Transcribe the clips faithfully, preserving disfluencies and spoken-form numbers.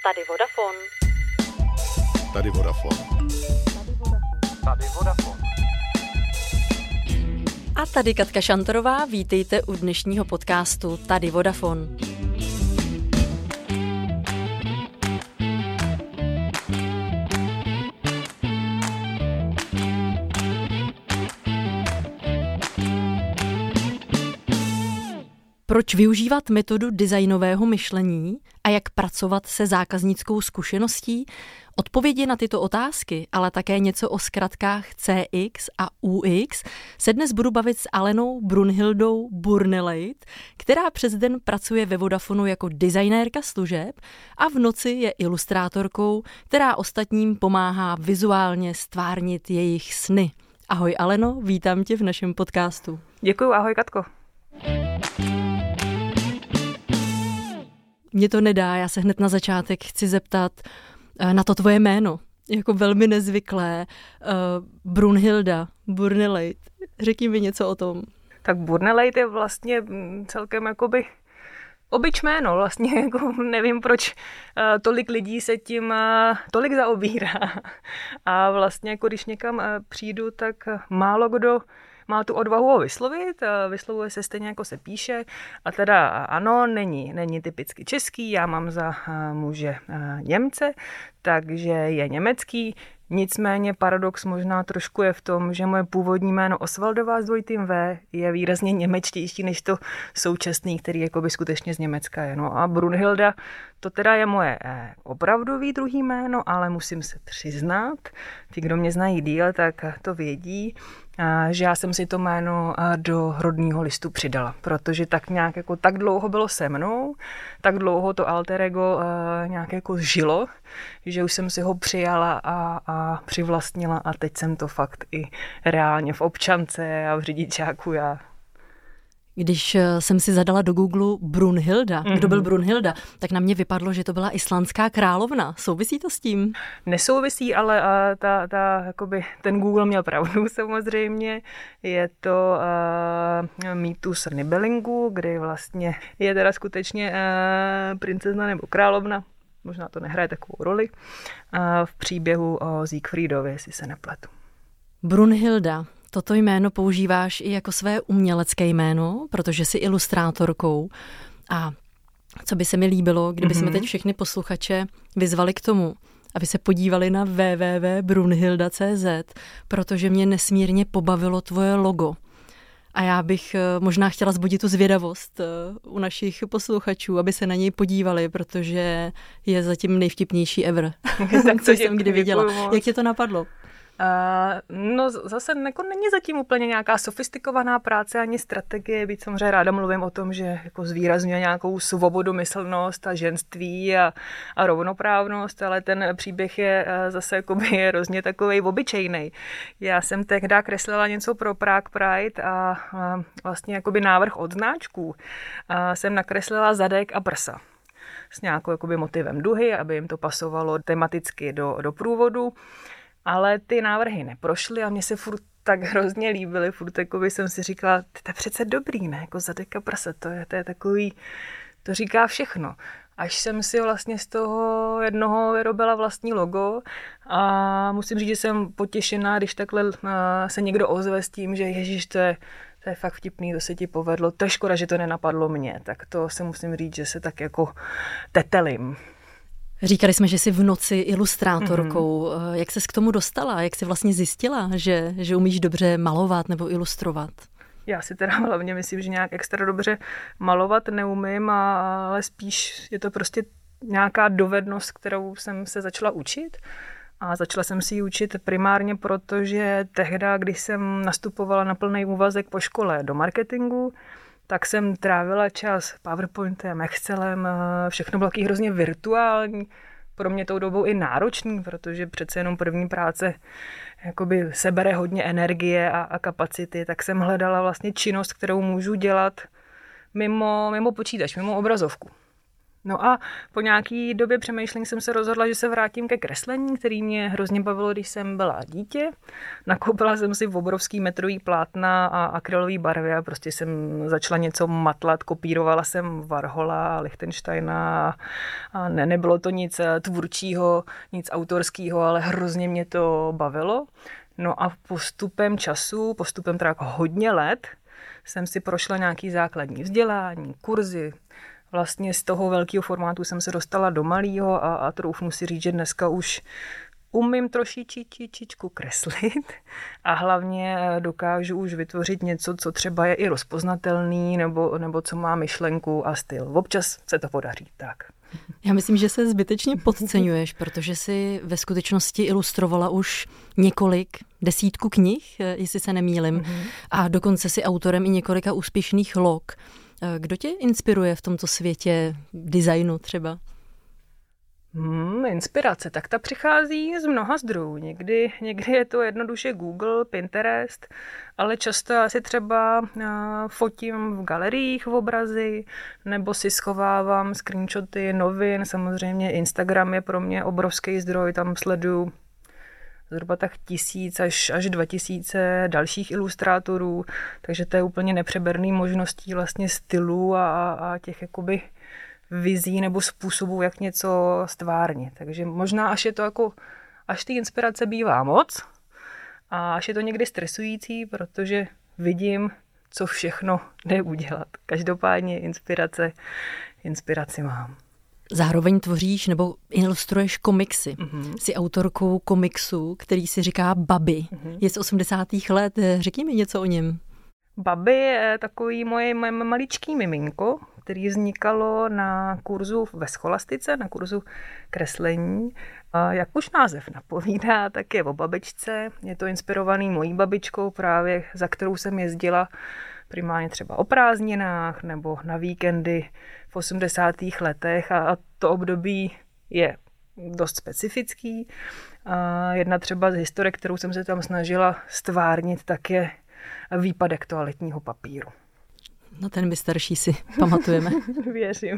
Tady Vodafone. Tady Vodafone. Tady Vodafone. A tady Katka Šantorová, vítejte u dnešního podcastu Tady Vodafone. Proč využívat metodu designového myšlení a jak pracovat se zákaznickou zkušeností? Odpovědi na tyto otázky, ale také něco o zkratkách C X a U X se dnes budu bavit s Alenou Brunhildou Burneleit, která přes den pracuje ve Vodafonu jako designérka služeb a v noci je ilustrátorkou, která ostatním pomáhá vizuálně stvárnit jejich sny. Ahoj Aleno, vítám tě v našem podcastu. Děkuju, ahoj Katko. Mně to nedá, já se hned na začátek chci zeptat na to tvoje jméno, jako velmi nezvyklé, uh, Brunhilda Burneleit. Řekni mi něco o tom. Tak Burneleit je vlastně celkem jakoby obyč jméno, vlastně jako nevím, proč uh, tolik lidí se tím uh, tolik zaobírá. A vlastně jako když někam uh, přijdu, tak uh, málo kdo má tu odvahu ho vyslovit, vyslovuje se stejně, jako se píše. A teda ano, není, není typicky český, já mám za muže Němce, takže je německý. Nicméně paradox možná trošku je v tom, že moje původní jméno Osvaldová s dvojitým V je výrazně němečtější než to současný, který jakoby skutečně z Německa je. No a Brunhilda, to teda je moje opravdový druhý jméno, ale musím se přiznat, ti, kdo mě znají díl, tak to vědí, že já jsem si to jméno do rodného listu přidala, protože tak nějak jako tak dlouho bylo se mnou, tak dlouho to alter ego nějak jako žilo, že už jsem si ho přijala a, a přivlastnila a teď jsem to fakt i reálně v občance a v řidičáku já. Když jsem si zadala do Google Brunhilda, mm-hmm. kdo byl Brunhilda, tak na mě vypadlo, že to byla islandská královna. Souvisí to s tím? Nesouvisí, ale a ta, ta, jakoby, ten Google měl pravdu samozřejmě. Je to uh, mýtus Nibelungu, kdy vlastně je teda skutečně uh, princezna nebo královna, možná to nehraje takovou roli, uh, v příběhu o Siegfriedovi, jestli se nepletu. Brunhilda. Toto jméno používáš i jako své umělecké jméno, protože jsi ilustrátorkou. A co by se mi líbilo, kdyby jsme mm-hmm. teď všechny posluchače vyzvali k tomu, aby se podívali na w w w tečka brunhilda tečka c z, protože mě nesmírně pobavilo tvoje logo. A já bych možná chtěla zbudit tu zvědavost u našich posluchačů, aby se na něj podívali, protože je zatím nejvtipnější ever, co jsem kdy viděla. Jak tě to napadlo? Uh, no zase jako není zatím úplně nějaká sofistikovaná práce ani strategie, byť samozřejmě ráda mluvím o tom, že jako zvýrazňuje nějakou svobodomyslnost a ženství a, a rovnoprávnost, ale ten příběh je uh, zase jakoby hrozně takovej obyčejnej. Já jsem tehdy kreslila něco pro Prague Pride a uh, vlastně jakoby návrh od značků uh, jsem nakreslila zadek a prsa s nějakou jakoby motivem duhy, aby jim to pasovalo tematicky do, do průvodu. Ale ty návrhy neprošly a mně se furt tak hrozně líbily. Furt jakoby jsem si říkala, to je přece dobrý, ne? Jako zadek a prase, to je, to je takový, to říká všechno. Až jsem si vlastně z toho jednoho vyrobila vlastní logo a musím říct, že jsem potěšená, když takhle se někdo ozve s tím, že ježiš, to je, to je fakt vtipný, to se ti povedlo. To je škoda, že to nenapadlo mě. Tak to se musím říct, že se tak jako tetelím. Říkali jsme, že jsi v noci ilustrátorkou. Mm-hmm. Jak ses k tomu dostala? Jak jsi vlastně zjistila, že, že umíš dobře malovat nebo ilustrovat? Já si teda hlavně myslím, že nějak extra dobře malovat neumím, ale spíš je to prostě nějaká dovednost, kterou jsem se začala učit. A začala jsem si ji učit primárně proto, že tehdy, když jsem nastupovala na plný úvazek po škole do marketingu, tak jsem trávila čas PowerPointem, Excelem, všechno bylo taky hrozně virtuální, pro mě tou dobou i náročný, protože přece jenom první práce jakoby sebere hodně energie a, a kapacity, tak jsem hledala vlastně činnost, kterou můžu dělat mimo, mimo počítač, mimo obrazovku. No a po nějaký době přemýšlení jsem se rozhodla, že se vrátím ke kreslení, který mě hrozně bavilo, když jsem byla dítě. Nakoupila jsem si obrovský metrový plátna a akrylový barvy a prostě jsem začala něco matlat, kopírovala jsem Warhola, Lichtensteina a ne, nebylo to nic tvůrčího, nic autorského, ale hrozně mě to bavilo. No a postupem času, postupem teda jako hodně let, jsem si prošla nějaký základní vzdělání, kurzy. Vlastně z toho velkého formátu jsem se dostala do malého a, a troufnu si říct, že dneska už umím trošičičičku kreslit a hlavně dokážu už vytvořit něco, co třeba je i rozpoznatelný nebo, nebo co má myšlenku a styl. Občas se to podaří, tak. Já myslím, že se zbytečně podceňuješ, protože si ve skutečnosti ilustrovala už několik, desítku knih, jestli se nemýlim, mm-hmm. a dokonce si autorem i několika úspěšných log. Kdo tě inspiruje v tomto světě designu třeba? Hmm, inspirace, tak ta přichází z mnoha zdrojů. Někdy, někdy je to jednoduše Google, Pinterest, ale často asi třeba uh, fotím v galeriích v obrazy, nebo si schovávám screenshoty novin. Samozřejmě Instagram je pro mě obrovský zdroj, tam sleduju zhruba tak tisíc až, až dva tisíce dalších ilustrátorů, takže to je úplně nepřeberný možností vlastně stylů a, a těch jakoby vizí nebo způsobů, jak něco stvárnit. Takže možná až je to jako, až ty inspirace bývá moc a až je to někdy stresující, protože vidím, co všechno jde udělat. Každopádně inspirace, inspiraci mám. Zároveň tvoříš nebo ilustruješ komiksy. Mm-hmm. Jsi autorkou komiksu, který si říká Babi. Mm-hmm. Je z osmdesátých let. Řekni mi něco o něm. Babi je takový moje, moje maličký miminko, který vznikalo na kurzu ve scholastice, na kurzu kreslení. A jak už název napovídá, tak je o babičce. Je to inspirovaný mojí babičkou právě, za kterou jsem jezdila primárně třeba o prázdninách nebo na víkendy v osmdesátých letech a to období je dost specifický. A jedna třeba z historek, kterou jsem se tam snažila stvárnit, tak je výpadek toaletního papíru. No ten my starší si pamatujeme. Věřím.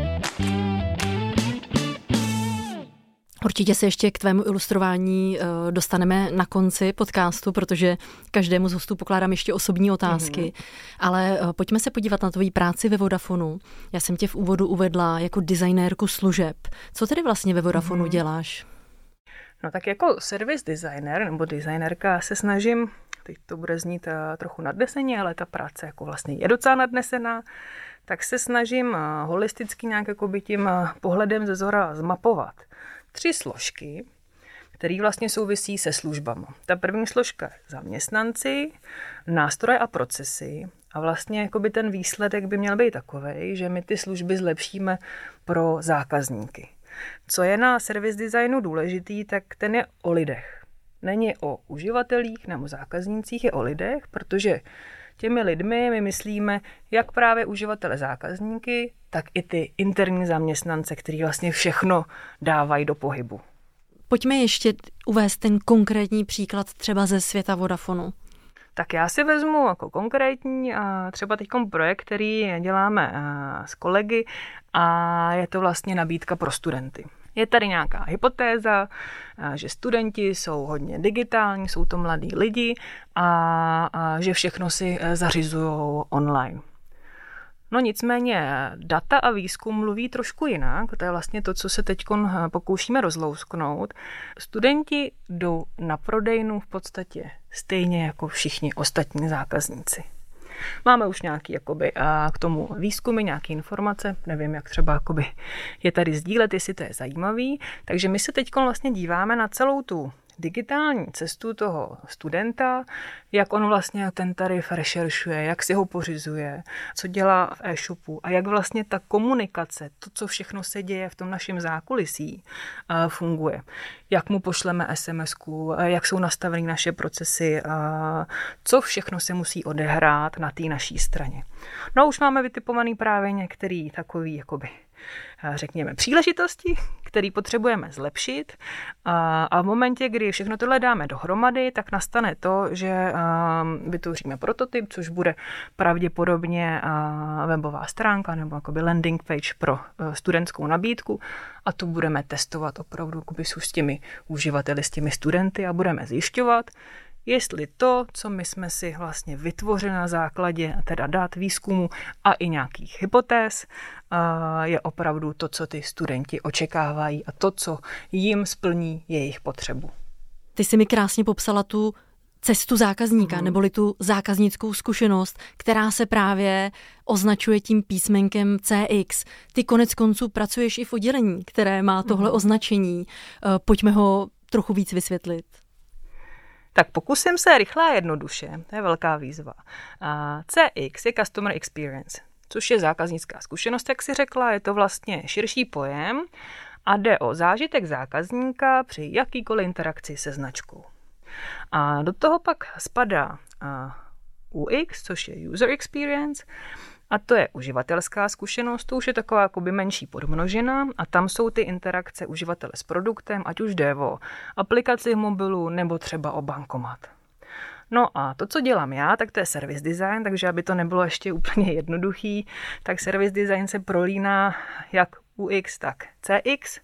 Určitě se ještě k tvému ilustrování dostaneme na konci podcastu, protože každému z hostů pokládám ještě osobní otázky. Mm-hmm. Ale pojďme se podívat na tvoji práci ve Vodafonu. Já jsem tě v úvodu uvedla jako designérku služeb. Co tedy vlastně ve Vodafonu mm-hmm. děláš? No tak jako service designer nebo designérka se snažím, teď to bude znít trochu nadneseně, ale ta práce jako vlastně je docela nadnesená, tak se snažím holisticky nějak jako by tím pohledem ze zhora zmapovat tři složky, které vlastně souvisí se službami. Ta první složka je zaměstnanci, nástroje a procesy a vlastně jakoby ten výsledek by měl být takovej, že my ty služby zlepšíme pro zákazníky. Co je na service designu důležitý, tak ten je o lidech. Není o uživatelích nebo zákaznících, je o lidech, protože těmi lidmi my myslíme jak právě uživatele zákazníky, tak i ty interní zaměstnance, který vlastně všechno dávají do pohybu. Pojďme ještě uvést ten konkrétní příklad třeba ze světa Vodafonu. Tak já si vezmu jako konkrétní třeba teď projekt, který děláme s kolegy a je to vlastně nabídka pro studenty. Je tady nějaká hypotéza, že studenti jsou hodně digitální, jsou to mladí lidi a, a že všechno si zařizují online. No nicméně data a výzkum mluví trošku jinak, to je vlastně to, co se teď pokoušíme rozlousknout. Studenti jdou na prodejnu v podstatě stejně jako všichni ostatní zákazníci. Máme už nějaký jakoby, k tomu výzkumy, nějaké informace, nevím, jak třeba jakoby, je tady sdílet, jestli to je zajímavý. Takže my se teď vlastně díváme na celou tu digitální cestu toho studenta, jak on vlastně ten tarif rešeršuje, jak si ho pořizuje, co dělá v e-shopu a jak vlastně ta komunikace, to, co všechno se děje v tom našem zákulisí, funguje. Jak mu pošleme es em esku, jak jsou nastaveny naše procesy, co všechno se musí odehrát na té naší straně. No už máme vytipovaný právě některý takový jakoby řekněme, příležitosti, které potřebujeme zlepšit a, a v momentě, kdy všechno tohle dáme dohromady, tak nastane to, že um, vytvoříme prototyp, což bude pravděpodobně uh, webová stránka nebo jakoby landing page pro uh, studentskou nabídku a tu budeme testovat opravdu s těmi uživateli, s těmi studenty a budeme zjišťovat, jestli to, co my jsme si vlastně vytvořili na základě teda dát výzkumu a i nějakých hypotéz, je opravdu to, co ty studenti očekávají a to, co jim splní jejich potřebu. Ty jsi mi krásně popsala tu cestu zákazníka, mm. neboli tu zákaznickou zkušenost, která se právě označuje tím písmenkem C X. Ty konec konců pracuješ i v oddělení, které má tohle mm. označení. Pojďme ho trochu víc vysvětlit. Tak pokusím se rychle a jednoduše, to je velká výzva. C X je Customer Experience, což je zákaznická zkušenost, jak si řekla, je to vlastně širší pojem a jde o zážitek zákazníka při jakýkoliv interakci se značkou. A do toho pak spadá U X, což je User Experience, a to je uživatelská zkušenost, to už je taková jakoby menší podmnožina a tam jsou ty interakce uživatele s produktem, ať už jde o aplikaci v mobilu nebo třeba o bankomat. No a to, co dělám já, tak to je service design, takže aby to nebylo ještě úplně jednoduchý, tak service design se prolíná jak U X, tak C X.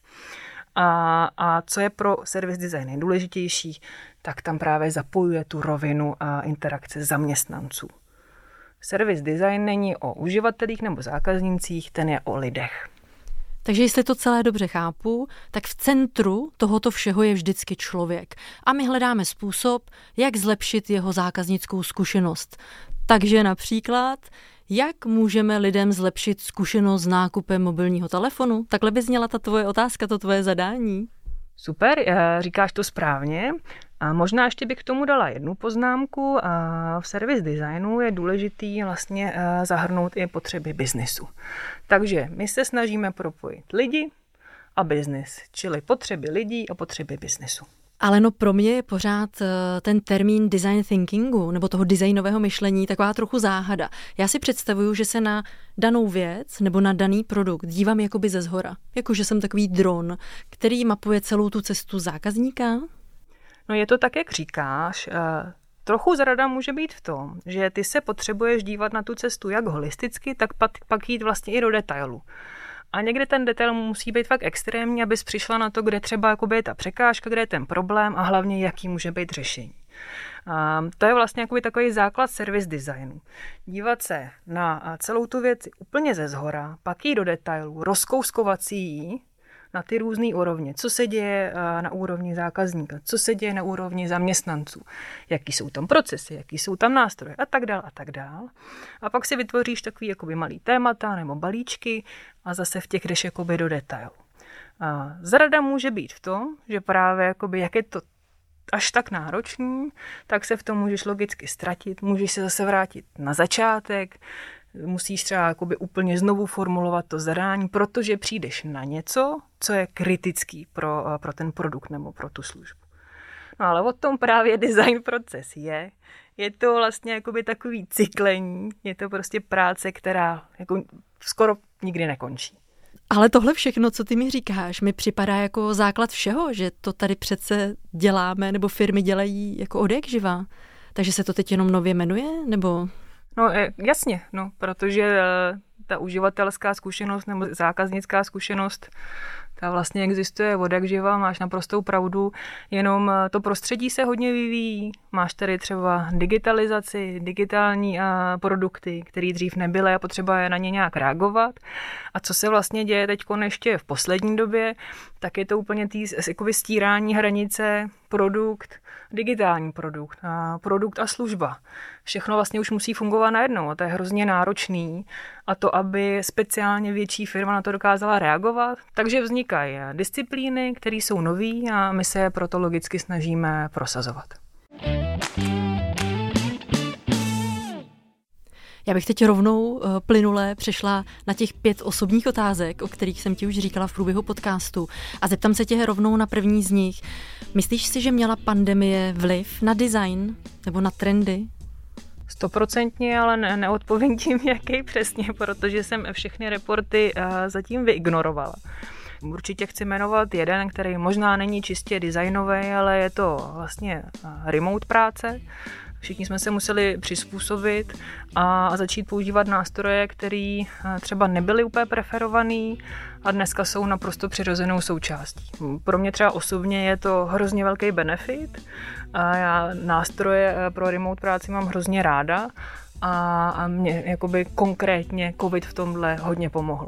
A, a co je pro service design nejdůležitější, tak tam právě zapojuje tu rovinu a interakce zaměstnanců. Service design není o uživatelích nebo zákaznících, ten je o lidech. Takže jestli to celé dobře chápu, tak v centru tohoto všeho je vždycky člověk. A my hledáme způsob, jak zlepšit jeho zákaznickou zkušenost. Takže například, jak můžeme lidem zlepšit zkušenost s nákupem mobilního telefonu? Takhle by zněla ta tvoje otázka, to tvoje zadání. Super, říkáš to správně. A možná ještě bych k tomu dala jednu poznámku. V service designu je důležitý vlastně zahrnout i potřeby biznisu. Takže my se snažíme propojit lidi a biznis, čili potřeby lidí a potřeby biznisu. Ale no pro mě je pořád ten termín design thinkingu nebo toho designového myšlení taková trochu záhada. Já si představuju, že se na danou věc nebo na daný produkt dívám jakoby ze zhora. Jako že jsem takový dron, který mapuje celou tu cestu zákazníka. No je to tak, jak říkáš. Trochu zrada může být v tom, že ty se potřebuješ dívat na tu cestu jak holisticky, tak pak, pak jít vlastně i do detailu. A někdy ten detail musí být fakt extrémní, abys přišla na to, kde třeba jakoby je ta překážka, kde je ten problém a hlavně jaký může být řešení. A to je vlastně jakoby takový základ service designu. Dívat se na celou tu věc úplně ze zhora, pak jít do detailu, rozkouskovat si ji na ty různé úrovně. Co se děje na úrovni zákazníka, co se děje na úrovni zaměstnanců, jaký jsou tam procesy, jaký jsou tam nástroje a tak dál a tak dál. A pak si vytvoříš takový jakoby malý témata nebo balíčky a zase v těch jdeš jakoby do detailu. A zrada může být v tom, že právě jakoby, jak je to až tak náročný, tak se v tom můžeš logicky ztratit, můžeš se zase vrátit na začátek, musíš třeba jakoby úplně znovu formulovat to zadání, protože přijdeš na něco, co je kritický pro, pro ten produkt nebo pro tu službu. No ale o tom právě design proces je. Je to vlastně jakoby takový cyklení, je to prostě práce, která jako skoro nikdy nekončí. Ale tohle všechno, co ty mi říkáš, mi připadá jako základ všeho, že to tady přece děláme, nebo firmy dělají jako odjakživa. Takže se to teď jenom nově jmenuje, nebo... No jasně, no, protože ta uživatelská zkušenost nebo zákaznická zkušenost, ta vlastně existuje odjakživa, máš naprostou pravdu, jenom to prostředí se hodně vyvíjí. Máš tady třeba digitalizaci, digitální produkty, které dřív nebyly a potřeba je na ně nějak reagovat. A co se vlastně děje teď ještě v poslední době, tak je to úplně tý, jakoby stírání hranice produkt, digitální produkt, a produkt a služba. Všechno vlastně už musí fungovat najednou a to je hrozně náročný. A to, aby speciálně větší firma na to dokázala reagovat. Takže vznikají disciplíny, které jsou nový a my se proto logicky snažíme prosazovat. Já bych teď rovnou plynule přešla na těch pět osobních otázek, o kterých jsem ti už říkala v průběhu podcastu. A zeptám se tě rovnou na první z nich. Myslíš si, že měla pandemie vliv na design nebo na trendy? Stoprocentně, ale ne, neodpovím tím, jaký přesně, protože jsem všechny reporty uh, zatím vyignorovala. Určitě chci jmenovat jeden, který možná není čistě designový, ale je to vlastně remote práce. Všichni jsme se museli přizpůsobit a začít používat nástroje, které třeba nebyly úplně preferovaný a dneska jsou naprosto přirozenou součástí. Pro mě třeba osobně je to hrozně velký benefit. A já nástroje pro remote práci mám hrozně ráda a, a mě jakoby konkrétně COVID v tomhle hodně pomohl.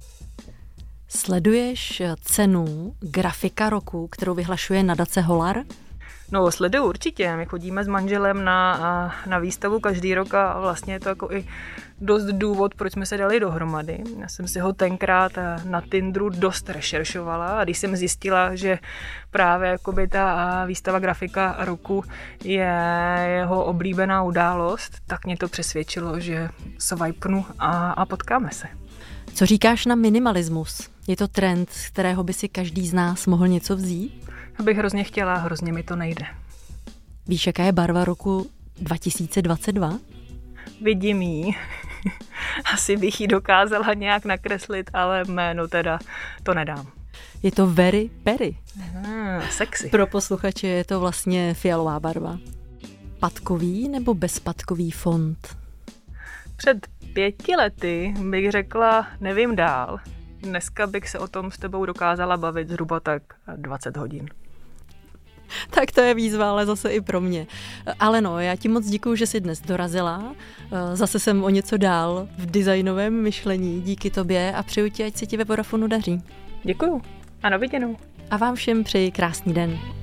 Sleduješ cenu grafika roku, kterou vyhlašuje nadace Holar? No, sleduju určitě. My chodíme s manželem na, na výstavu každý rok a vlastně je to jako i dost důvod, proč jsme se dali dohromady. Já jsem si ho tenkrát na Tinderu dost rešeršovala a když jsem zjistila, že právě jakoby ta výstava grafika roku je jeho oblíbená událost, tak mě to přesvědčilo, že swipenu a, a potkáme se. Co říkáš na minimalismus? Je to trend, z kterého by si každý z nás mohl něco vzít? Abych hrozně chtěla, hrozně mi to nejde. Víš, jaká je barva roku dva tisíce dvacet dva? Vidím jí. Asi bych ji dokázala nějak nakreslit, ale jméno teda to nedám. Je to very Perry. Hmm, sexy. Pro posluchače je to vlastně fialová barva. Patkový nebo bezpatkový font? Před pěti lety bych řekla, nevím dál. Dneska bych se o tom s tebou dokázala bavit zhruba tak dvacet hodin. Tak to je výzva, ale zase i pro mě. Ale no, já ti moc děkuju, že jsi dnes dorazila. Zase jsem o něco dál v designovém myšlení díky tobě a přeju ti, ať se ti ve Vodafonu daří. Děkuju a na viděnou. A vám všem přeji krásný den.